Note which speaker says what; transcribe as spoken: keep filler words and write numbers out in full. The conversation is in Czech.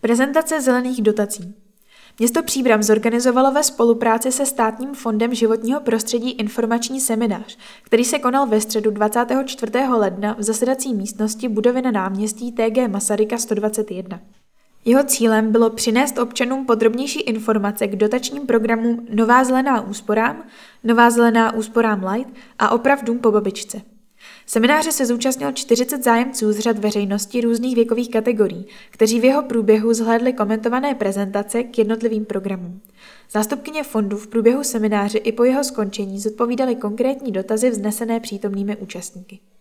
Speaker 1: Prezentace zelených dotací. Město Příbram zorganizovalo ve spolupráci se Státním fondem životního prostředí informační seminář, který se konal ve středu dvacátého čtvrtého ledna v zasedací místnosti budovy na náměstí T G Masaryka sto dvacet jedna. Jeho cílem bylo přinést občanům podrobnější informace k dotačním programům Nová zelená úsporám, Nová zelená úsporám Light a Oprav dům po babičce. Semináře se zúčastnilo čtyřicet zájemců z řad veřejnosti různých věkových kategorií, kteří v jeho průběhu zhlédli komentované prezentace k jednotlivým programům. Zástupkyně fondu v průběhu semináře i po jeho skončení zodpovídaly konkrétní dotazy vznesené přítomnými účastníky.